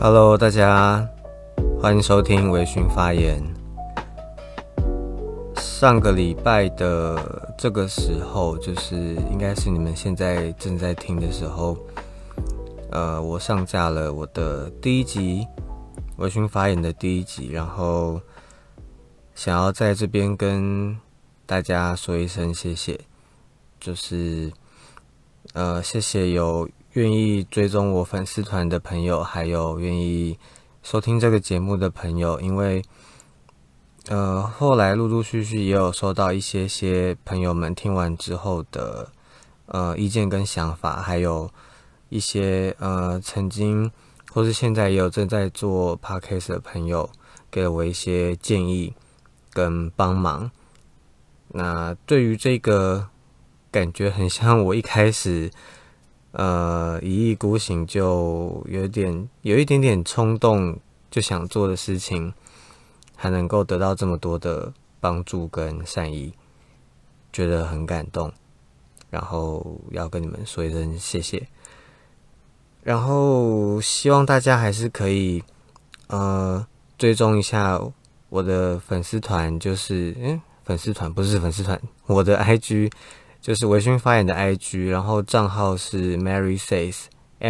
Hello， 大家欢迎收听微醺发言。上个礼拜的这个时候，就是应该是你们现在正在听的时候，我上架了我的第一集微醺发言的第一集，然后想要在这边跟大家说一声谢谢，就是谢谢有愿意追踪我粉丝团的朋友，还有愿意收听这个节目的朋友，因为后来陆陆续续也有收到一些朋友们听完之后的意见跟想法，还有一些曾经或是现在也有正在做 podcast 的朋友给了我一些建议跟帮忙。那对于这个感觉很像我一开始一意孤行，就有一点点冲动就想做的事情，还能够得到这么多的帮助跟善意，觉得很感动，然后要跟你们说一声谢谢。然后希望大家还是可以追踪一下我的粉丝团，就是粉丝团不是粉丝团，我的 IG 就是微醺发言的 IG， 然后账号是 Mary Says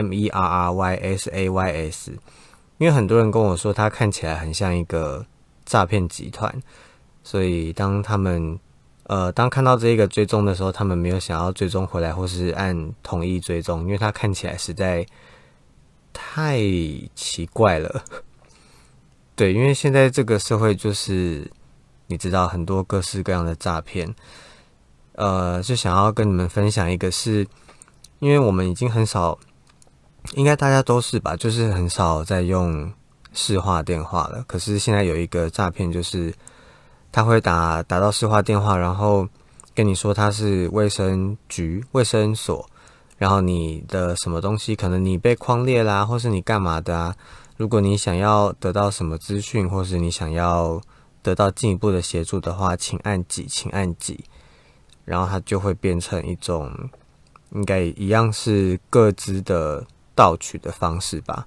MERRYSAYS。 因为很多人跟我说他看起来很像一个诈骗集团，所以当他们当看到这个追踪的时候，他们没有想要追踪回来或是按同意追踪，因为他看起来实在太奇怪了。对，因为现在这个社会就是你知道很多各式各样的诈骗，就想要跟你们分享一个是，因为我们已经很少，应该大家都是吧，就是很少在用市话电话了。可是现在有一个诈骗，就是他会打到市话电话，然后跟你说他是卫生局、卫生所，然后你的什么东西，可能你被匡列啦，或是你干嘛的啊？如果你想要得到什么资讯，或是你想要得到进一步的协助的话，请按几，请按几，然后它就会变成一种应该一样是各自的盗取的方式吧。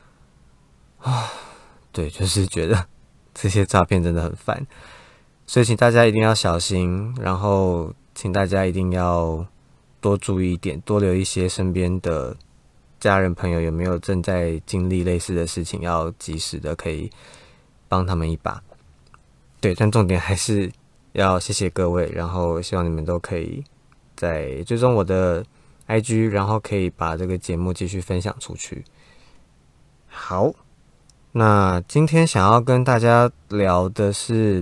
对，就是觉得这些诈骗真的很烦，所以请大家一定要小心，然后请大家一定要多注意一点，多留一些身边的家人朋友有没有正在经历类似的事情，要及时的可以帮他们一把。对，但重点还是要谢谢各位，然后希望你们都可以再追踪我的 IG， 然后可以把这个节目继续分享出去。好，那今天想要跟大家聊的是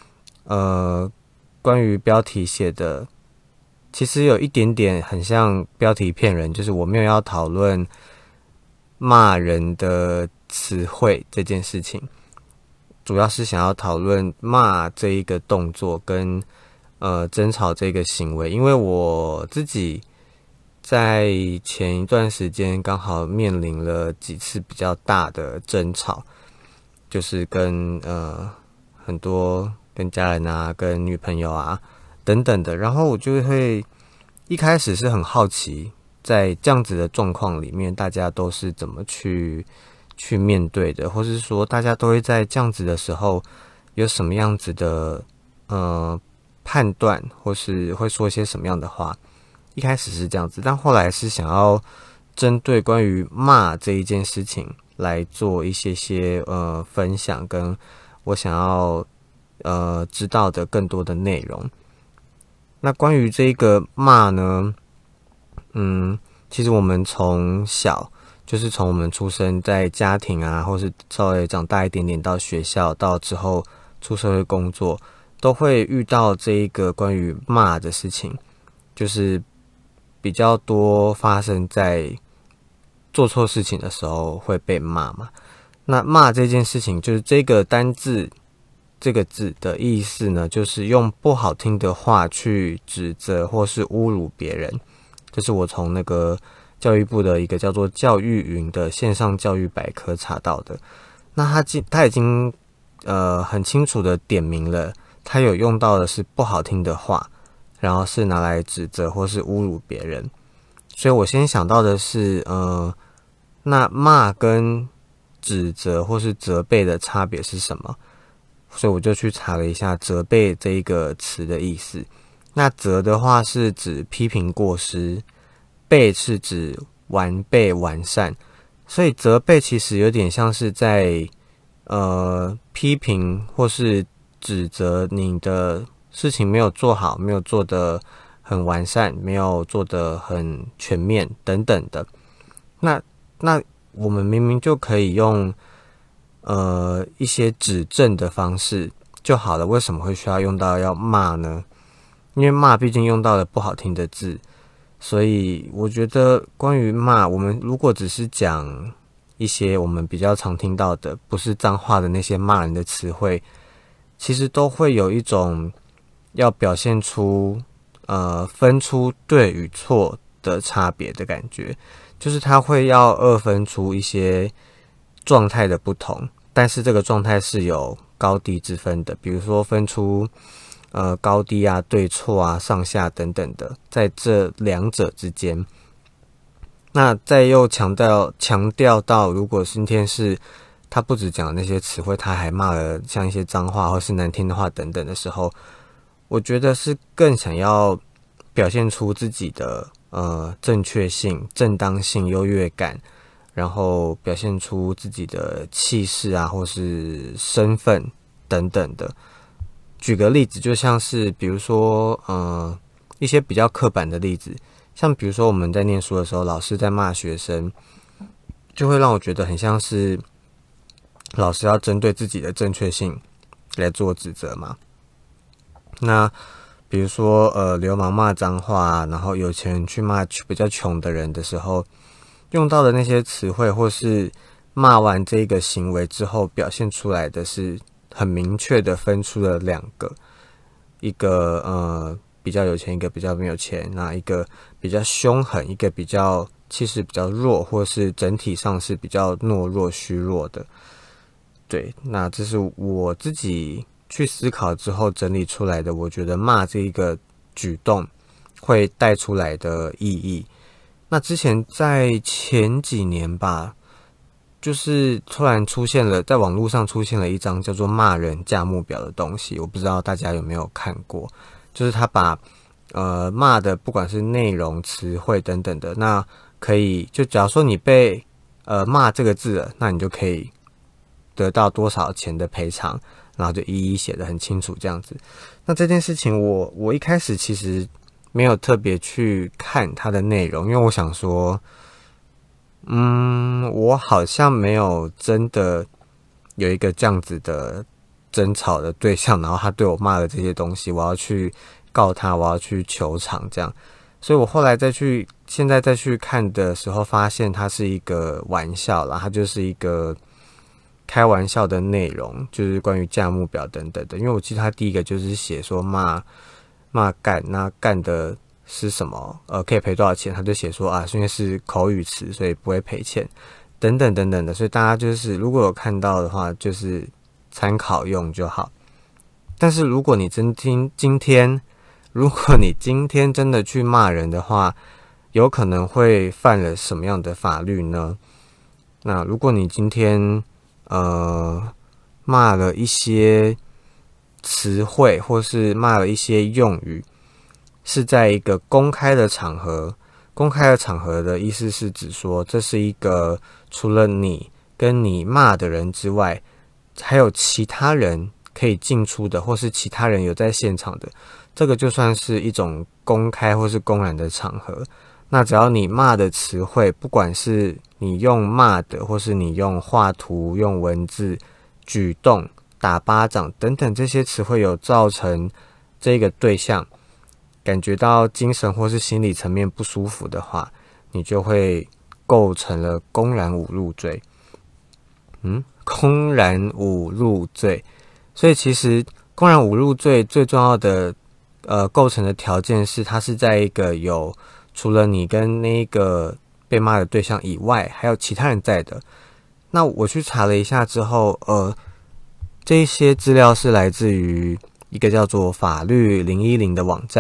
关于标题写的，其实有一点点很像标题骗人，就是我没有要讨论骂人的词汇这件事情，主要是想要讨论骂这一个动作跟争吵这个行为。因为我自己在前一段时间刚好面临了几次比较大的争吵，就是跟很多跟家人啊、跟女朋友啊等等的，然后我就会一开始是很好奇，在这样子的状况里面，大家都是怎么去面对的，或是说大家都会在这样子的时候有什么样子的判断，或是会说一些什么样的话。一开始是这样子，但后来是想要针对关于骂这一件事情来做一些分享，跟我想要知道的更多的内容。那关于这个骂呢，其实我们从小就是从我们出生在家庭啊，或是稍微长大一点点到学校，到之后出社会工作，都会遇到这一个关于骂的事情，就是比较多发生在做错事情的时候会被骂嘛。那骂这件事情，就是这个单字这个字的意思呢，就是用不好听的话去指责或是侮辱别人。这是我从那个教育部的一个叫做教育云的线上教育百科查到的。那他已经很清楚的点明了，他有用到的是不好听的话，然后是拿来指责或是侮辱别人。所以我先想到的是那骂跟指责或是责备的差别是什么，所以我就去查了一下责备这一个词的意思。那责的话是指批评过失，备是指完备完善，所以责备其实有点像是在批评或是指责你的事情没有做好，没有做得很完善，没有做得很全面等等的。那我们明明就可以用一些指正的方式就好了，为什么会需要用到要骂呢？因为骂毕竟用到了不好听的字，所以我觉得关于骂，我们如果只是讲一些我们比较常听到的不是脏话的那些骂人的词汇，其实都会有一种要表现出分出对与错的差别的感觉，就是它会要二分出一些状态的不同，但是这个状态是有高低之分的，比如说分出高低啊、对错啊、上下等等的，在这两者之间。那再又强调到，如果今天是他不只讲那些词汇，他还骂了像一些脏话或是难听的话等等的时候，我觉得是更想要表现出自己的正确性、正当性、优越感，然后表现出自己的气势啊，或是身份等等的。举个例子，就像是比如说一些比较刻板的例子，像比如说我们在念书的时候，老师在骂学生，就会让我觉得很像是老师要针对自己的正确性来做指责嘛。那比如说流氓骂脏话，然后有钱人去骂比较穷的人的时候，用到的那些词汇，或是骂完这个行为之后表现出来的是很明确的分出了两个，一个比较有钱，一个比较没有钱，那一个比较凶狠，一个比较气势比较弱，或是整体上是比较懦弱虚弱的。对，那这是我自己去思考之后整理出来的，我觉得骂这一个举动会带出来的意义。那之前在前几年吧，就是突然出现了，在网络上出现了一张叫做骂人价目表的东西，我不知道大家有没有看过。就是他把骂的不管是内容、词汇等等的，那可以就假如说你被骂这个字了，那你就可以得到多少钱的赔偿，然后就一一写得很清楚这样子。那这件事情我一开始其实没有特别去看它的内容，因为我想说我好像没有真的有一个这样子的争吵的对象，然后他对我骂了这些东西，我要去告他，我要去求偿这样。所以我后来现在再去看的时候，发现它是一个玩笑啦，它就是一个开玩笑的内容，就是关于价目表等等的。因为我记得他第一个就是写说骂干，那干的是什么？可以赔多少钱？他就写说啊，因为是口语词，所以不会赔钱，等等等等的。所以大家就是如果有看到的话，就是参考用就好。但是如果你如果你今天真的去骂人的话，有可能会犯了什么样的法律呢？那如果你今天骂了一些词汇，或是骂了一些用语，是在一个公开的场合。公开的场合的意思是指说，这是一个除了你跟你骂的人之外，还有其他人可以进出的，或是其他人有在现场的，这个就算是一种公开或是公然的场合。那只要你骂的词汇，不管是你用骂的，或是你用画图、用文字、举动、打巴掌等等这些词汇有造成这个对象感觉到精神或是心理层面不舒服的话，你就会构成了公然侮辱罪。公然侮辱罪。所以其实公然侮辱罪最重要的构成的条件是，它是在一个有除了你跟那个被骂的对象以外，还有其他人在的。那我去查了一下之后，这些资料是来自于一个叫做法律010的网站，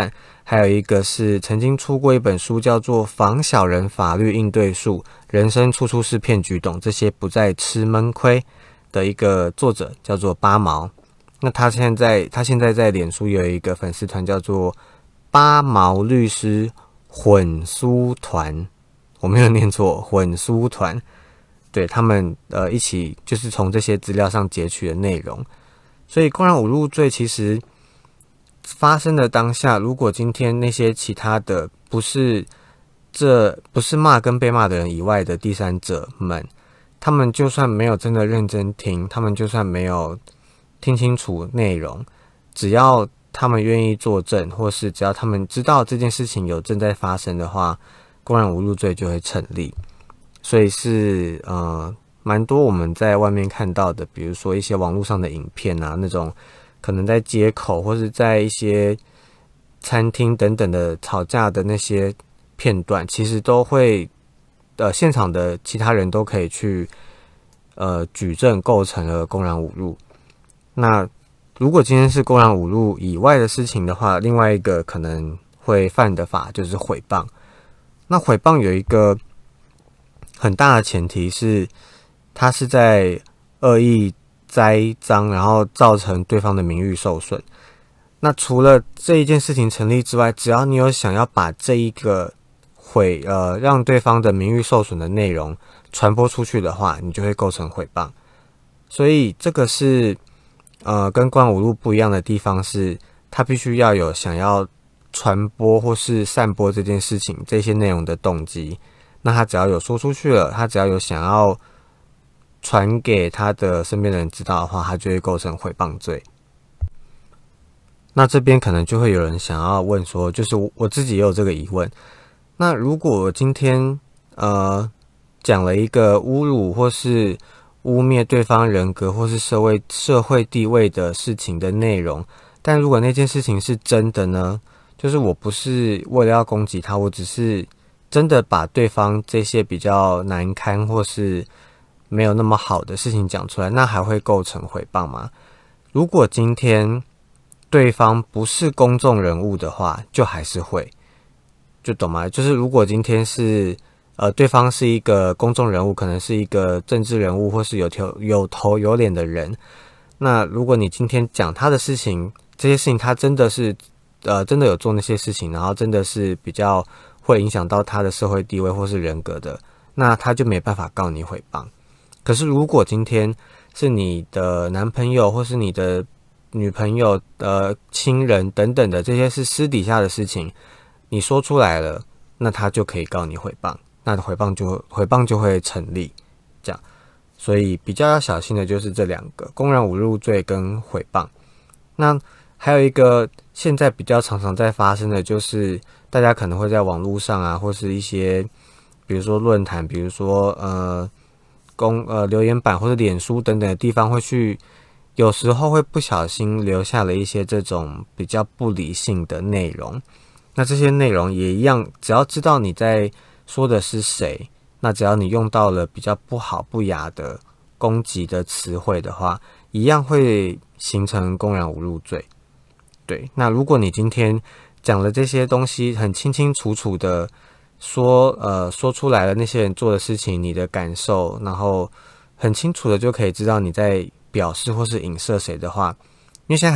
还有一个是曾经出过一本书叫做《防小人法律应对术：人生处处是骗局，懂这些不再吃闷亏》的一个作者叫做八毛。那他现在在脸书有一个粉丝团叫做八毛律师混书团，我没有念错，混书团。对，他们一起就是从这些资料上截取的内容。所以公然侮辱罪其实发生的当下，如果今天那些其他的不是骂跟被骂的人以外的第三者们，他们就算没有真的认真听，他们就算没有听清楚内容，只要他们愿意作证，或是只要他们知道这件事情有正在发生的话，公然侮辱罪就会成立。所以是蛮多我们在外面看到的，比如说一些网络上的影片啊，那种可能在街口或是在一些餐厅等等的吵架的那些片段，其实都会现场的其他人都可以去举证构成了公然侮辱。那如果今天是公然侮辱以外的事情的话，另外一个可能会犯的法就是诽谤。那诽谤有一个很大的前提是，他是在恶意栽赃，然后造成对方的名誉受损。那除了这一件事情成立之外，只要你有想要把这一个让对方的名誉受损的内容传播出去的话，你就会构成诽谤。所以这个是跟公然侮辱不一样的地方是，他必须要有想要传播或是散播这件事情这些内容的动机。那他只要有说出去了，他只要有想要传给他的身边的人知道的话，他就会构成诽谤罪。那这边可能就会有人想要问说，就是我自己也有这个疑问，那如果我今天讲了一个侮辱或是污蔑对方人格或是社会地位的事情的内容，但如果那件事情是真的呢？就是我不是为了要攻击他，我只是真的把对方这些比较难堪或是没有那么好的事情讲出来，那还会构成诽谤吗？如果今天对方不是公众人物的话，就还是会，就懂吗？就是如果今天是对方是一个公众人物，可能是一个政治人物或是有头有脸的人，那如果你今天讲他的事情，这些事情他真的是真的有做那些事情，然后真的是比较会影响到他的社会地位或是人格的，那他就没办法告你诽谤。可是如果今天是你的男朋友或是你的女朋友亲人等等的，这些是私底下的事情，你说出来了，那他就可以告你诽谤，那诽谤就会成立，这样。所以比较要小心的就是这两个，公然侮辱罪跟诽谤。那还有一个现在比较常常在发生的，就是大家可能会在网络上啊，或是一些比如说论坛，比如说留言板或者脸书等等的地方，会去有时候会不小心留下了一些这种比较不理性的内容。那这些内容也一样，只要知道你在说的是谁，那只要你用到了比较不好不雅的攻击的词汇的话，一样会形成公然侮辱罪。对，那如果你今天讲了这些东西，很清清楚楚的说出来了那些人做的事情，你的感受，然后很清楚的就可以知道你在表示或是影射谁的话，因为现在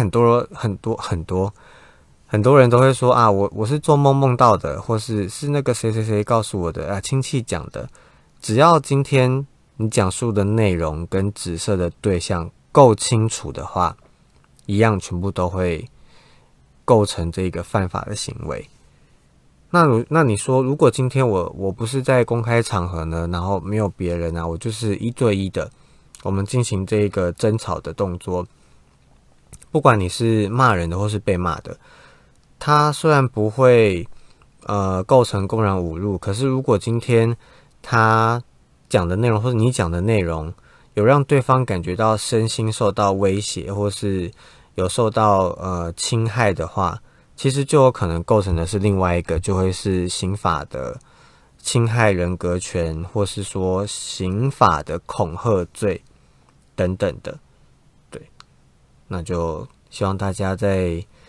很多人都会说啊，我是做梦到的，或是那个谁谁谁告诉我的啊，亲戚讲的。只要今天你讲述的内容跟指涉的对象够清楚的话，一样全部都会构成这个犯法的行为。那你说，如果今天我不是在公开场合呢，然后没有别人啊，我就是一对一的，我们进行这个争吵的动作，不管你是骂人的或是被骂的，他虽然不会构成公然侮辱，可是如果今天他讲的内容或者你讲的内容有让对方感觉到身心受到威胁，或是有受到侵害的话，其实就有可能构成的是另外一个，就会是刑法的侵害人格权，或是说刑法的恐吓罪等等的。对，那就希望大家在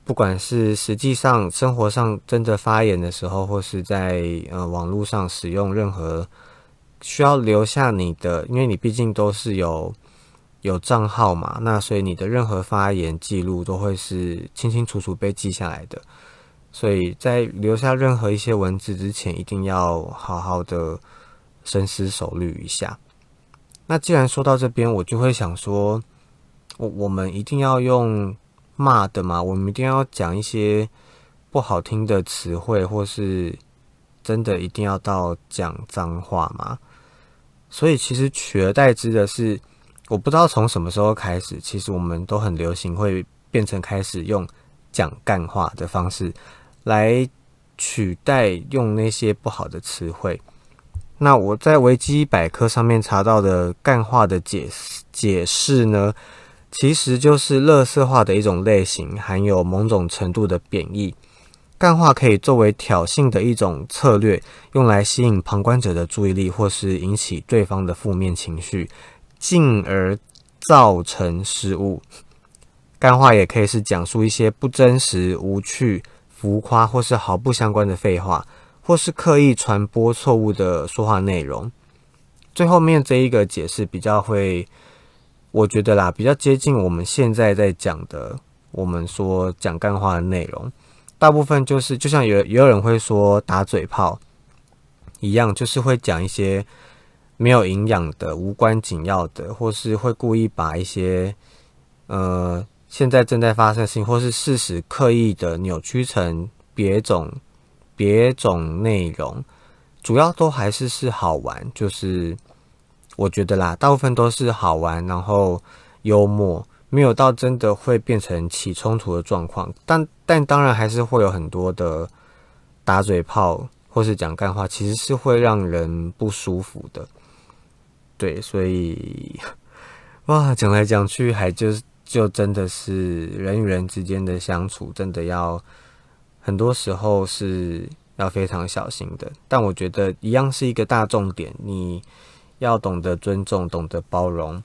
不管是实际上生活上真的发言的时候，或是在网络上使用任何需要留下你的，因为你毕竟都是有账号嘛，那所以你的任何发言记录都会是清清楚楚被记下来的。所以在留下任何一些文字之前，一定要好好的深思熟虑一下。那既然说到这边，我就会想说，我们一定要用骂的吗？我们一定要讲一些不好听的词汇，或是真的一定要到讲脏话吗？所以其实取而代之的是，我不知道从什么时候开始，其实我们都很流行会变成开始用讲干话的方式来取代用那些不好的词汇。那我在维基百科上面查到的干话的解释呢，其实就是垃圾话的一种类型，含有某种程度的贬义。干话可以作为挑衅的一种策略，用来吸引旁观者的注意力，或是引起对方的负面情绪，进而造成失误。干话也可以是讲述一些不真实、无趣、浮夸或是毫不相关的废话，或是刻意传播错误的说话内容。最后面这一个解释比较会，我觉得啦，比较接近我们现在在讲的，我们说讲干话的内容。大部分就是就像也有人会说打嘴炮一样，就是会讲一些没有营养的、无关紧要的，或是会故意把一些现在正在发生的事情，或是事实刻意的扭曲成别种内容，主要都还是好玩，就是我觉得啦，大部分都是好玩，然后幽默，没有到真的会变成起冲突的状况，但当然还是会有很多的打嘴炮或是讲干话，其实是会让人不舒服的。对，所以哇，讲来讲去还就真的是人与人之间的相处，真的要很多时候是要非常小心的。但我觉得一样是一个大重点，你要懂得尊重，懂得包容。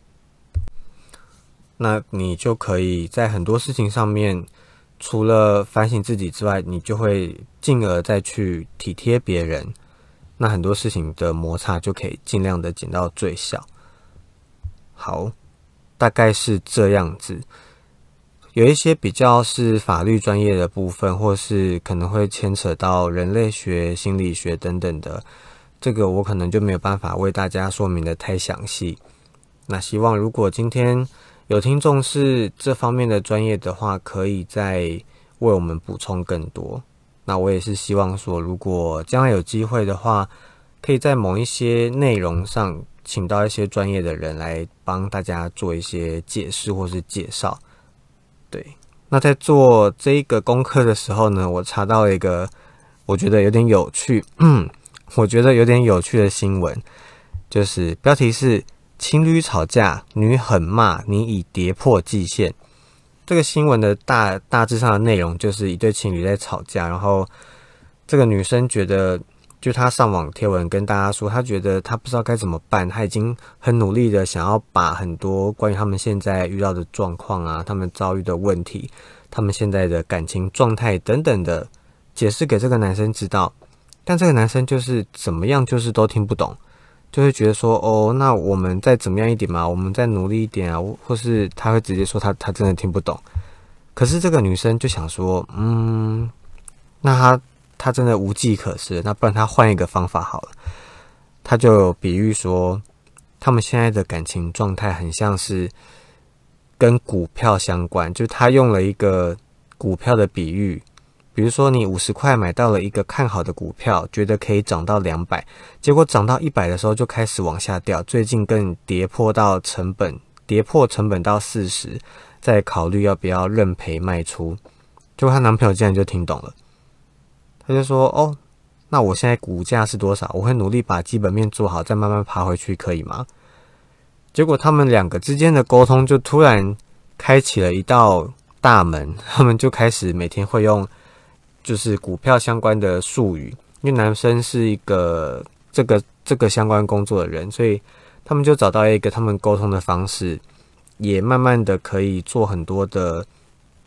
那你就可以在很多事情上面，除了反省自己之外，你就会进而再去体贴别人。那很多事情的摩擦就可以尽量的减到最小。好，大概是这样子。有一些比较是法律专业的部分，或是可能会牵扯到人类学、心理学等等的，这个我可能就没有办法为大家说明的太详细。那希望如果今天有听众是这方面的专业的话，可以再为我们补充更多。那我也是希望说，如果将来有机会的话，可以在某一些内容上请到一些专业的人来帮大家做一些解释或是介绍。对，那在做这一个功课的时候呢，我查到一个我觉得有点有趣，我觉得有点有趣的新闻，就是标题是情侣吵架，女狠骂你已跌破界限。这个新闻的大致上的内容就是一对情侣在吵架，然后这个女生觉得，就她上网贴文跟大家说，她觉得她不知道该怎么办，她已经很努力的想要把很多关于他们现在遇到的状况啊，他们遭遇的问题，他们现在的感情状态等等的解释给这个男生知道，但这个男生就是怎么样就是都听不懂。就会觉得说，哦，那我们再怎么样一点嘛，我们再努力一点啊，或是他会直接说他真的听不懂。可是这个女生就想说，那他真的无计可施，那不然他换一个方法好了。他就比喻说，他们现在的感情状态很像是跟股票相关，就是他用了一个股票的比喻。比如说你50块买到了一个看好的股票，觉得可以涨到200，结果涨到100的时候就开始往下掉，最近更跌破成本到40，再考虑要不要认赔卖出。结果她男朋友竟然就听懂了，他就说，哦，那我现在股价是多少？我会努力把基本面做好，再慢慢爬回去，可以吗？结果他们两个之间的沟通就突然开启了一道大门，他们就开始每天会用就是股票相关的术语，因为男生是一个这个相关工作的人，所以他们就找到一个他们沟通的方式，也慢慢的可以做很多的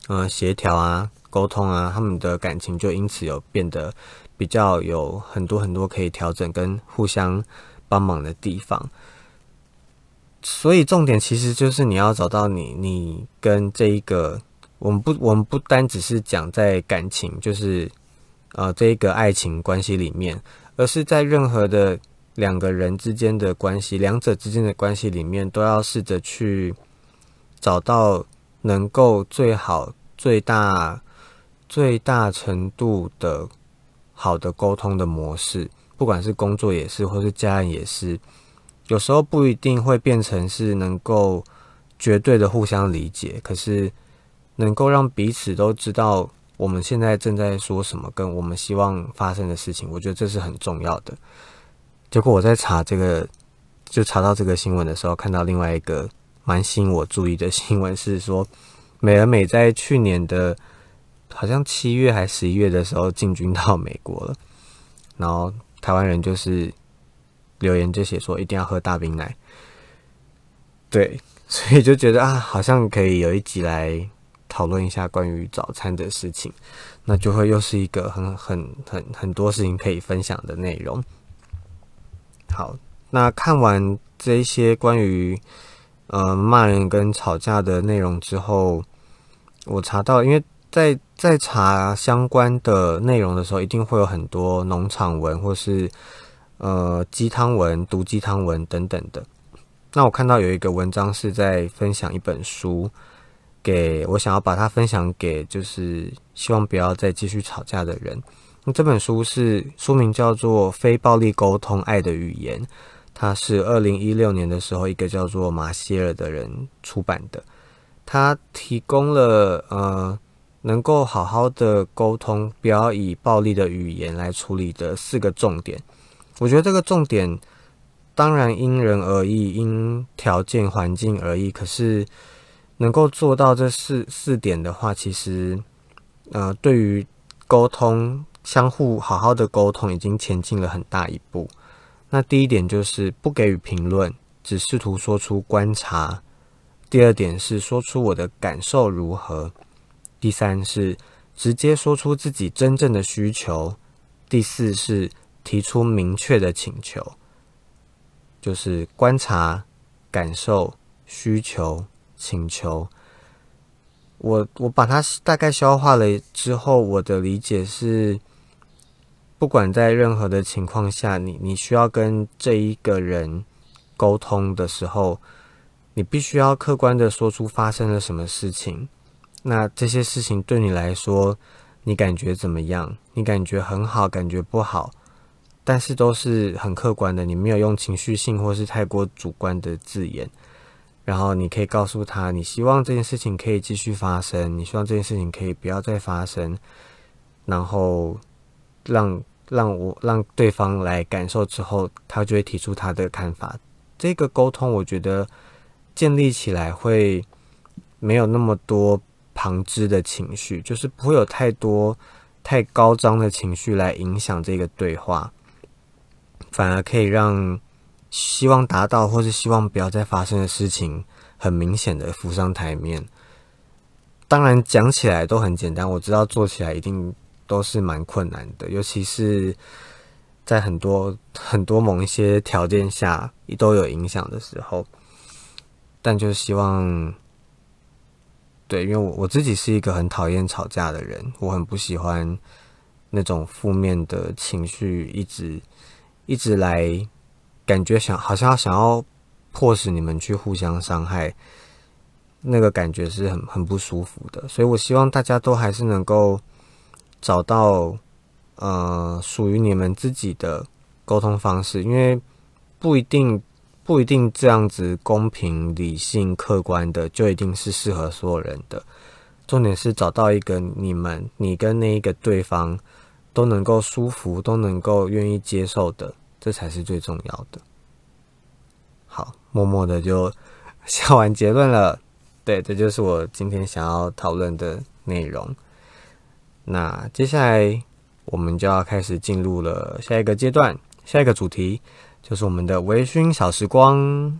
协调啊、沟通啊，他们的感情就因此有变得比较有很多可以调整跟互相帮忙的地方。所以重点其实就是你要找到你跟这一个，我们不单只是讲在感情，就是这一个爱情关系里面，而是在任何的两个人之间的关系，两者之间的关系里面，都要试着去找到能够最好、最大程度的好的沟通的模式，不管是工作也是，或是家人也是。有时候不一定会变成是能够绝对的互相理解，可是能够让彼此都知道我们现在正在说什么，跟我们希望发生的事情，我觉得这是很重要的。结果我在查到这个新闻的时候，看到另外一个蛮吸引我注意的新闻是说，美而美在去年的好像7月还11月的时候进军到美国了，然后台湾人就是留言就写说一定要喝大冰奶，对，所以就觉得好像可以有一集来讨论一下关于早餐的事情，那就会又是一个很多事情可以分享的内容。好，那看完这一些关于骂人跟吵架的内容之后，我查到，因为在查相关的内容的时候，一定会有很多农场文或是鸡汤文、毒鸡汤文等等的。那我看到有一个文章是在分享一本书，我想要把它分享给就是希望不要再继续吵架的人。那这本书名叫做《非暴力沟通：爱的语言》，它是2016年的时候一个叫做马歇尔的人出版的。它提供了能够好好的沟通，不要以暴力的语言来处理的4个重点。我觉得这个重点当然因人而异，因条件环境而异，可是能够做到这四点的话，其实对于沟通相互好好的沟通已经前进了很大一步。那第一点就是不给予评论，只试图说出观察。第二点是说出我的感受如何。第三是直接说出自己真正的需求。第四是提出明确的请求。就是观察、感受、需求、请求。我把它大概消化了之后，我的理解是，不管在任何的情况下，你需要跟这一个人沟通的时候，你必须要客观的说出发生了什么事情。那这些事情对你来说，你感觉怎么样？你感觉很好，感觉不好，但是都是很客观的，你没有用情绪性或是太过主观的字眼。然后你可以告诉他，你希望这件事情可以继续发生，你希望这件事情可以不要再发生，然后让对方来感受之后，他就会提出他的看法。这个沟通我觉得建立起来会没有那么多旁支的情绪，就是不会有太多太高涨的情绪来影响这个对话，反而可以让希望达到或是希望不要再发生的事情很明显的浮上台面。当然讲起来都很简单，我知道做起来一定都是蛮困难的，尤其是在很多某一些条件下都有影响的时候。但就希望，对，因为我自己是一个很讨厌吵架的人，我很不喜欢那种负面的情绪一直来，感觉好像想要迫使你们去互相伤害，那个感觉是很不舒服的。所以我希望大家都还是能够找到属于你们自己的沟通方式，因为不一定这样子公平、理性、客观的就一定是适合所有人的。重点是找到一个你跟那一个对方都能够舒服、都能够愿意接受的，这才是最重要的。好，默默的就下完结论了。对，这就是我今天想要讨论的内容。那接下来我们就要开始进入了下一个阶段，下一个主题就是我们的微醺小时光。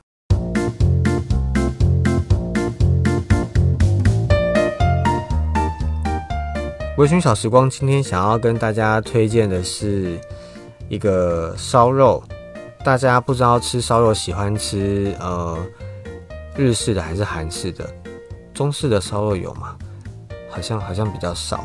微醺小时光今天想要跟大家推荐的是一个烧肉。大家不知道吃烧肉喜欢吃日式的还是韩式的？中式的烧肉有吗？好像比较少。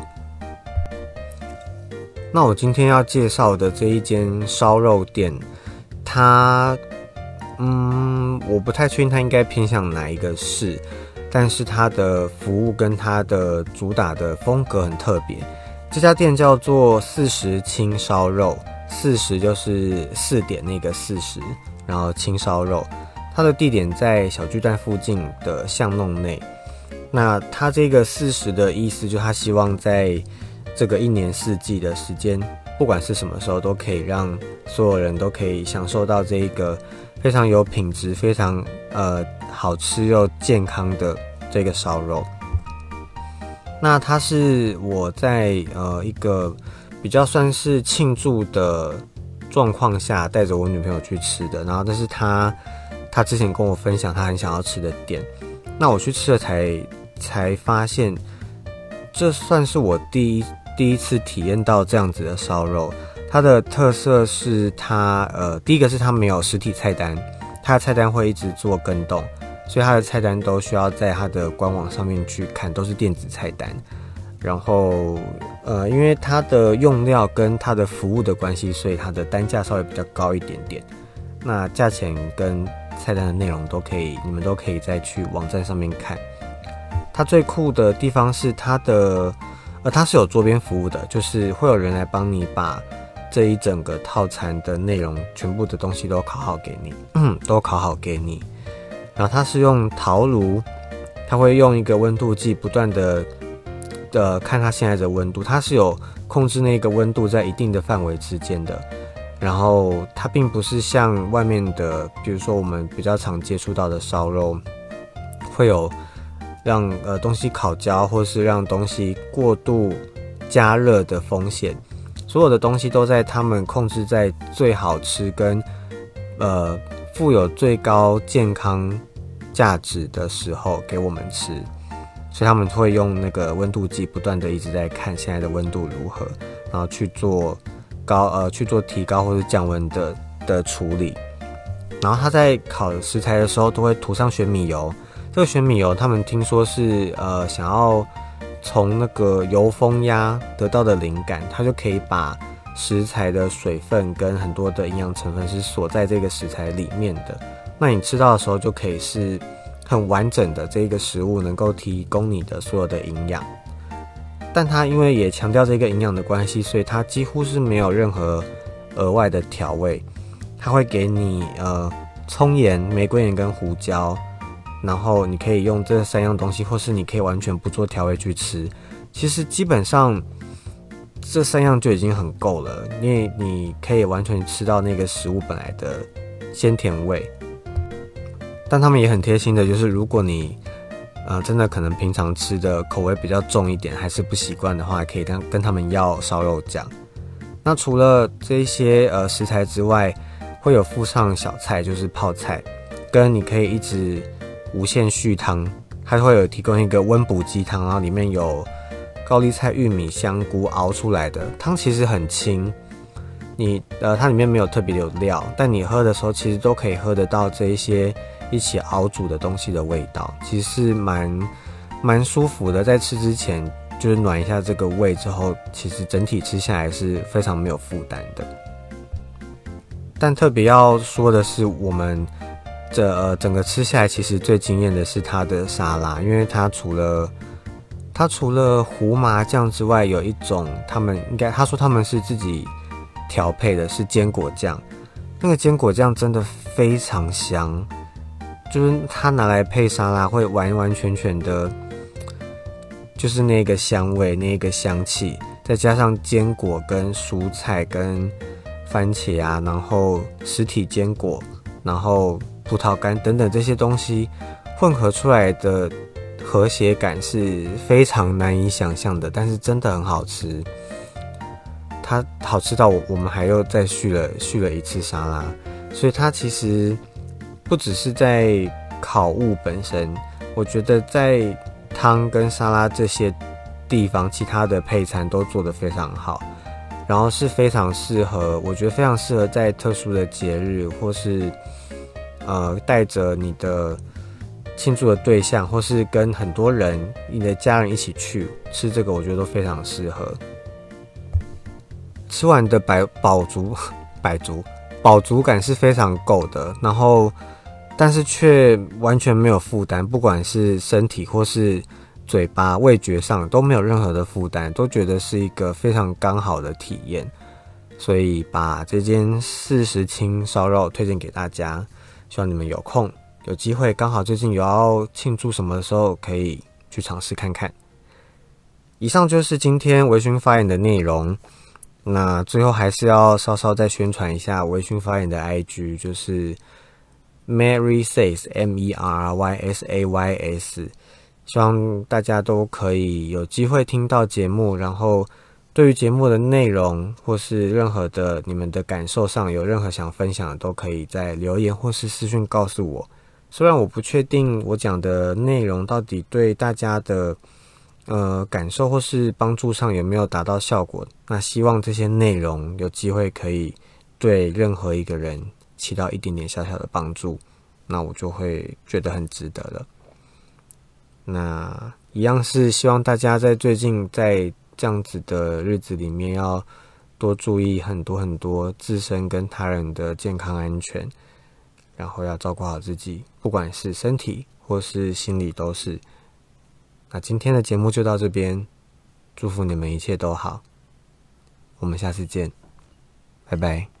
那我今天要介绍的这一间烧肉店，它我不太确定它应该偏向哪一个市，但是它的服务跟它的主打的风格很特别。这家店叫做40青烧肉，40就是4点那个40，然后青烧肉。它的地点在小巨蛋附近的巷弄内。那它这个40的意思，就他希望在这个1年4季的时间，不管是什么时候，都可以让所有人都可以享受到这一个非常有品质、非常好吃又健康的这个烧肉。那它是我在一个比较算是庆祝的状况下带着我女朋友去吃的，然后但是她之前跟我分享她很想要吃的店，那我去吃了才发现，这算是我第一次体验到这样子的烧肉。它的特色是第一个是它没有实体菜单，它的菜单会一直做更动，所以它的菜单都需要在它的官网上面去看，都是电子菜单。然后因为它的用料跟它的服务的关系，所以它的单价稍微比较高一点点。那价钱跟菜单的内容你们都可以再去网站上面看。它最酷的地方是它是有桌边服务的，就是会有人来帮你把这一整个套餐的内容全部的东西都烤好给你，然后它是用陶炉，它会用一个温度计不断的看它现在的温度，它是有控制那个温度在一定的范围之间的。然后它并不是像外面的，比如说我们比较常接触到的烧肉，会有让东西烤焦或是让东西过度加热的风险。所有的东西都在他们控制在最好吃跟富有最高健康价值的时候给我们吃，所以他们会用那个温度计不断的一直在看现在的温度如何，然后去做提高或是降温的处理。然后他在烤食材的时候都会涂上玄米油，这个玄米油他们听说是想要从那个油封鸭得到的灵感，它就可以把食材的水分跟很多的营养成分是锁在这个食材里面的。那你吃到的时候就可以是很完整的这个食物能够提供你的所有的营养。但它因为也强调这个营养的关系，所以它几乎是没有任何额外的调味。它会给你葱盐、玫瑰盐跟胡椒，然后你可以用这3样东西，或是你可以完全不做调味去吃。其实基本上这3样就已经很够了，因为你可以完全吃到那个食物本来的鲜甜味。但他们也很贴心的，就是如果你真的可能平常吃的口味比较重一点，还是不习惯的话，可以跟他们要烧肉酱。那除了这些食材之外，会有附上小菜，就是泡菜，跟你可以一直无限续汤，它会有提供一个温补鸡汤，然后里面有高丽菜、玉米、香菇熬出来的汤，其实很清。它里面没有特别有料，但你喝的时候其实都可以喝得到这一些一起熬煮的东西的味道，其实是蛮舒服的。在吃之前就是暖一下这个胃之后，其实整体吃下来是非常没有负担的。但特别要说的是，我们整个吃下来，其实最惊艳的是它的沙拉，因为它除了胡麻酱之外，有一种他说他们是自己调配的，是坚果酱。那个坚果酱真的非常香，就是它拿来配沙拉会完完全全的，就是那个香味、那个香气，再加上坚果跟蔬菜跟番茄啊，然后实体坚果，然后葡萄干等等这些东西混合出来的和谐感是非常难以想象的，但是真的很好吃。它好吃到我们还又再续了一次沙拉，所以它其实不只是在烤物本身，我觉得在汤跟沙拉这些地方其他的配餐都做得非常好，然后是非常适合，我觉得非常适合在特殊的节日，或是带着你的庆祝的对象，或是跟很多人、你的家人一起去吃这个，我觉得都非常适合。吃完的饱足感是非常够的，然后但是却完全没有负担，不管是身体或是嘴巴、味觉上都没有任何的负担，都觉得是一个非常刚好的体验。所以把这间40轻烧肉推荐给大家，希望你们有空有机会，刚好最近有要庆祝什么的时候，可以去尝试看看。以上就是今天微醺发言的内容。那最后还是要稍稍再宣传一下微醺发言的 IG， 就是 Merrysays MERRYSAYS， 希望大家都可以有机会听到节目，然后对于节目的内容或是任何的你们的感受上有任何想分享的，都可以在留言或是私讯告诉我。虽然我不确定我讲的内容到底对大家的感受或是帮助上有没有达到效果，那希望这些内容有机会可以对任何一个人起到一点点小小的帮助，那我就会觉得很值得了。那一样是希望大家在最近在这样子的日子里面，要多注意很多自身跟他人的健康安全，然后要照顾好自己，不管是身体或是心理都是。那今天的节目就到这边，祝福你们一切都好，我们下次见，拜拜。